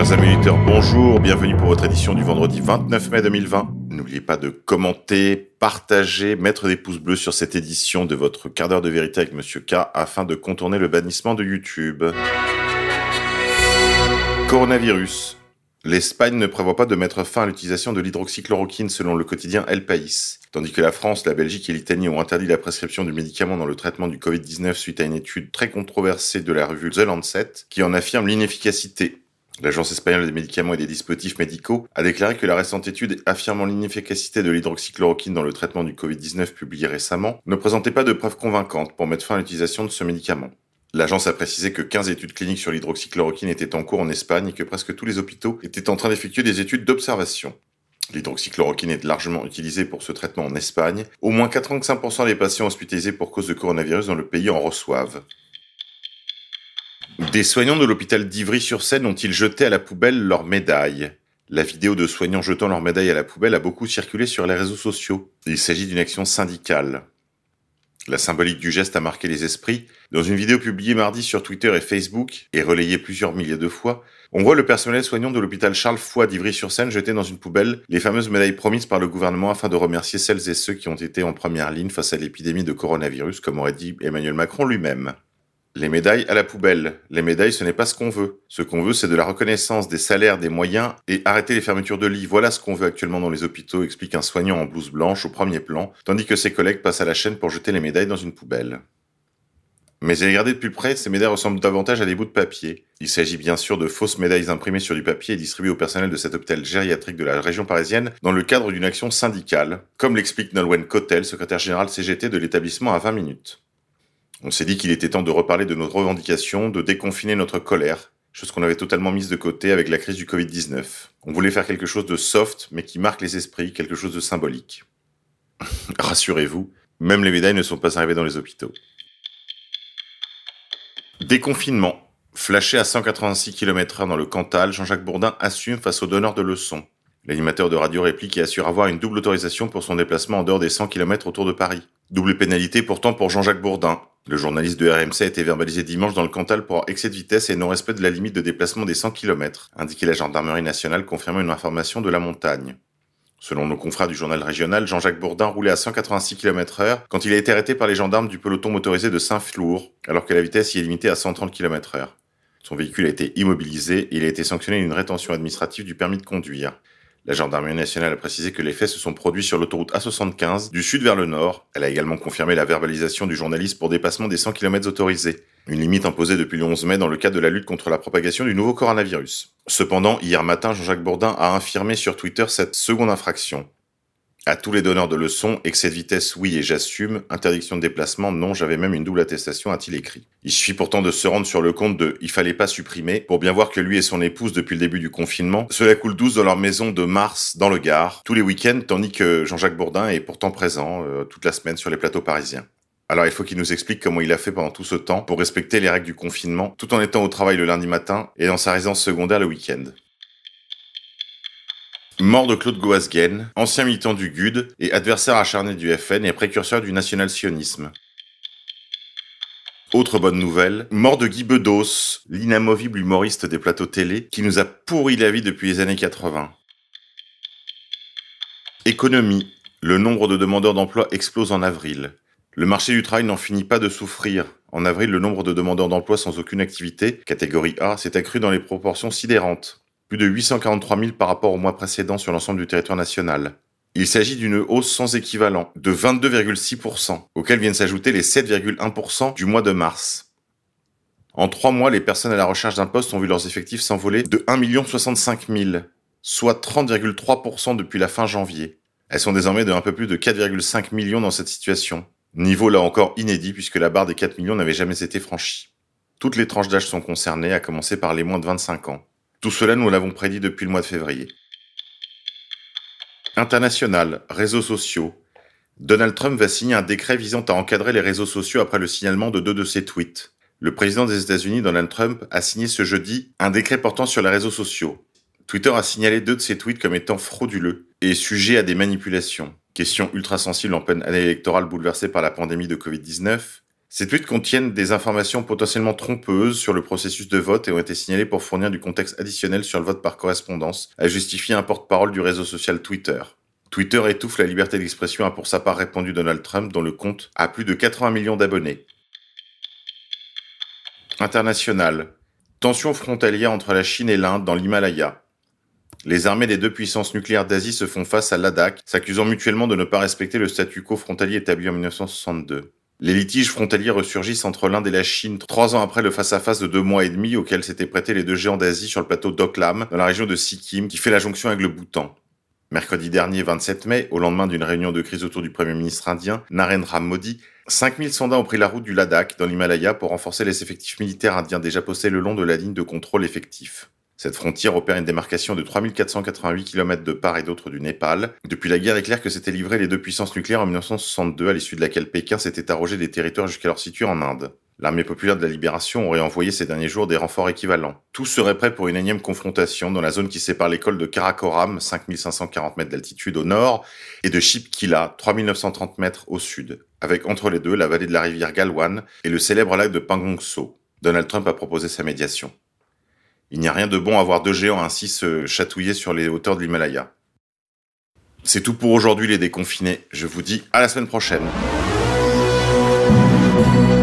Chers amis auditeurs, bonjour, bienvenue pour votre édition du vendredi 29 mai 2020. N'oubliez pas de commenter, partager, mettre des pouces bleus sur cette édition de votre quart d'heure de vérité avec Monsieur K afin de contourner le bannissement de YouTube. Coronavirus. L'Espagne ne prévoit pas de mettre fin à l'utilisation de l'hydroxychloroquine selon le quotidien El País, tandis que la France, la Belgique et l'Italie ont interdit la prescription du médicament dans le traitement du Covid-19 suite à une étude très controversée de la revue The Lancet qui en affirme l'inefficacité. L'Agence espagnole des médicaments et des dispositifs médicaux a déclaré que la récente étude affirmant l'inefficacité de l'hydroxychloroquine dans le traitement du Covid-19 publiée récemment ne présentait pas de preuves convaincantes pour mettre fin à l'utilisation de ce médicament. L'agence a précisé que 15 études cliniques sur l'hydroxychloroquine étaient en cours en Espagne et que presque tous les hôpitaux étaient en train d'effectuer des études d'observation. L'hydroxychloroquine est largement utilisée pour ce traitement en Espagne. Au moins 85% des patients hospitalisés pour cause de coronavirus dans le pays en reçoivent. Des soignants de l'hôpital d'Ivry-sur-Seine ont-ils jeté à la poubelle leurs médailles ? La vidéo de soignants jetant leurs médailles à la poubelle a beaucoup circulé sur les réseaux sociaux. Il s'agit d'une action syndicale. La symbolique du geste a marqué les esprits. Dans une vidéo publiée mardi sur Twitter et Facebook, et relayée plusieurs milliers de fois, on voit le personnel soignant de l'hôpital Charles Foix d'Ivry-sur-Seine jeter dans une poubelle les fameuses médailles promises par le gouvernement afin de remercier celles et ceux qui ont été en première ligne face à l'épidémie de coronavirus, comme aurait dit Emmanuel Macron lui-même. Les médailles à la poubelle. Les médailles, ce n'est pas ce qu'on veut. Ce qu'on veut, c'est de la reconnaissance, des salaires, des moyens et arrêter les fermetures de lits. Voilà ce qu'on veut actuellement dans les hôpitaux, explique un soignant en blouse blanche au premier plan, tandis que ses collègues passent à la chaîne pour jeter les médailles dans une poubelle. Mais à regarder de plus près, ces médailles ressemblent davantage à des bouts de papier. Il s'agit bien sûr de fausses médailles imprimées sur du papier et distribuées au personnel de cet hôpital gériatrique de la région parisienne dans le cadre d'une action syndicale, comme l'explique Nolwenn Cotel, secrétaire générale CGT de l'établissement à 20 minutes. On s'est dit qu'il était temps de reparler de nos revendications, de déconfiner notre colère, chose qu'on avait totalement mise de côté avec la crise du Covid-19. On voulait faire quelque chose de soft, mais qui marque les esprits, quelque chose de symbolique. Rassurez-vous, même les médailles ne sont pas arrivées dans les hôpitaux. Déconfinement. Flashé à 186 km/h dans le Cantal, Jean-Jacques Bourdin assume face aux donneurs de leçons. L'animateur de radio réplique et assure avoir une double autorisation pour son déplacement en dehors des 100 km autour de Paris. Double pénalité pourtant pour Jean-Jacques Bourdin. Le journaliste de RMC a été verbalisé dimanche dans le Cantal pour excès de vitesse et non-respect de la limite de déplacement des 100 km, indiquait la gendarmerie nationale confirmant une information de la montagne. Selon nos confrères du journal régional, Jean-Jacques Bourdin roulait à 186 km/h quand il a été arrêté par les gendarmes du peloton motorisé de Saint-Flour, alors que la vitesse y est limitée à 130 km/h. Son véhicule a été immobilisé et il a été sanctionné d'une rétention administrative du permis de conduire. La gendarmerie nationale a précisé que les faits se sont produits sur l'autoroute A75, du sud vers le nord. Elle a également confirmé la verbalisation du journaliste pour dépassement des 100 km autorisés, une limite imposée depuis le 11 mai dans le cadre de la lutte contre la propagation du nouveau coronavirus. Cependant, hier matin, Jean-Jacques Bourdin a infirmé sur Twitter cette seconde infraction. À tous les donneurs de leçons, excès de vitesse, oui et j'assume, interdiction de déplacement, non, j'avais même une double attestation, a-t-il écrit. Il suffit pourtant de se rendre sur le compte de « il fallait pas supprimer » pour bien voir que lui et son épouse, depuis le début du confinement, cela coule douce dans leur maison de Mars, dans le Gard, tous les week-ends, tandis que Jean-Jacques Bourdin est pourtant présent toute la semaine sur les plateaux parisiens. Alors il faut qu'il nous explique comment il a fait pendant tout ce temps pour respecter les règles du confinement, tout en étant au travail le lundi matin et dans sa résidence secondaire le week-end. Mort de Claude Goasguen, ancien militant du GUD et adversaire acharné du FN et précurseur du national-sionisme. Autre bonne nouvelle, mort de Guy Bedos, l'inamovible humoriste des plateaux télé qui nous a pourri la vie depuis les années 80. Économie. Le nombre de demandeurs d'emploi explose en avril. Le marché du travail n'en finit pas de souffrir. En avril, le nombre de demandeurs d'emploi sans aucune activité, catégorie A, s'est accru dans les proportions sidérantes. Plus de 843 000 par rapport au mois précédent sur l'ensemble du territoire national. Il s'agit d'une hausse sans équivalent, de 22,6%, auxquels viennent s'ajouter les 7,1% du mois de mars. En 3 mois, les personnes à la recherche d'un poste ont vu leurs effectifs s'envoler de 1 065 000, soit 30,3% depuis la fin janvier. Elles sont désormais de un peu plus de 4,5 millions dans cette situation. Niveau là encore inédit puisque la barre des 4 millions n'avait jamais été franchie. Toutes les tranches d'âge sont concernées, à commencer par les moins de 25 ans. Tout cela, nous l'avons prédit depuis le mois de février. International, réseaux sociaux. Donald Trump va signer un décret visant à encadrer les réseaux sociaux après le signalement de 2 de ses tweets. Le président des États-Unis, Donald Trump, a signé ce jeudi un décret portant sur les réseaux sociaux. Twitter a signalé 2 de ses tweets comme étant frauduleux et sujets à des manipulations. Question ultra sensible en pleine année électorale bouleversée par la pandémie de Covid-19. Ces tweets contiennent des informations potentiellement trompeuses sur le processus de vote et ont été signalés pour fournir du contexte additionnel sur le vote par correspondance, a justifié un porte-parole du réseau social Twitter. Twitter étouffe la liberté d'expression, a pour sa part répondu Donald Trump, dont le compte a plus de 80 millions d'abonnés. International. Tensions frontalières entre la Chine et l'Inde dans l'Himalaya. Les armées des deux puissances nucléaires d'Asie se font face à Ladakh, s'accusant mutuellement de ne pas respecter le statu quo frontalier établi en 1962. Les litiges frontaliers ressurgissent entre l'Inde et la Chine 3 ans après le face-à-face de 2 mois et demi auquel s'étaient prêtés les deux géants d'Asie sur le plateau d'Oklam, dans la région de Sikkim, qui fait la jonction avec le Bhoutan. Mercredi dernier, 27 mai, au lendemain d'une réunion de crise autour du Premier ministre indien, Narendra Modi, 5000 soldats ont pris la route du Ladakh, dans l'Himalaya, pour renforcer les effectifs militaires indiens déjà postés le long de la ligne de contrôle effectif. Cette frontière opère une démarcation de 3488 km de part et d'autre du Népal. Depuis la guerre éclair que s'étaient livrées les deux puissances nucléaires en 1962, à l'issue de laquelle Pékin s'était arrogé des territoires jusqu'alors situés en Inde. L'armée populaire de la libération aurait envoyé ces derniers jours des renforts équivalents. Tout serait prêt pour une énième confrontation dans la zone qui sépare l'école de Karakoram, 5540 mètres d'altitude au nord, et de Shipkila, 3930 mètres au sud, avec entre les deux la vallée de la rivière Galwan et le célèbre lac de Pangongso. Donald Trump a proposé sa médiation. Il n'y a rien de bon à voir deux géants ainsi se chatouiller sur les hauteurs de l'Himalaya. C'est tout pour aujourd'hui les déconfinés. Je vous dis à la semaine prochaine.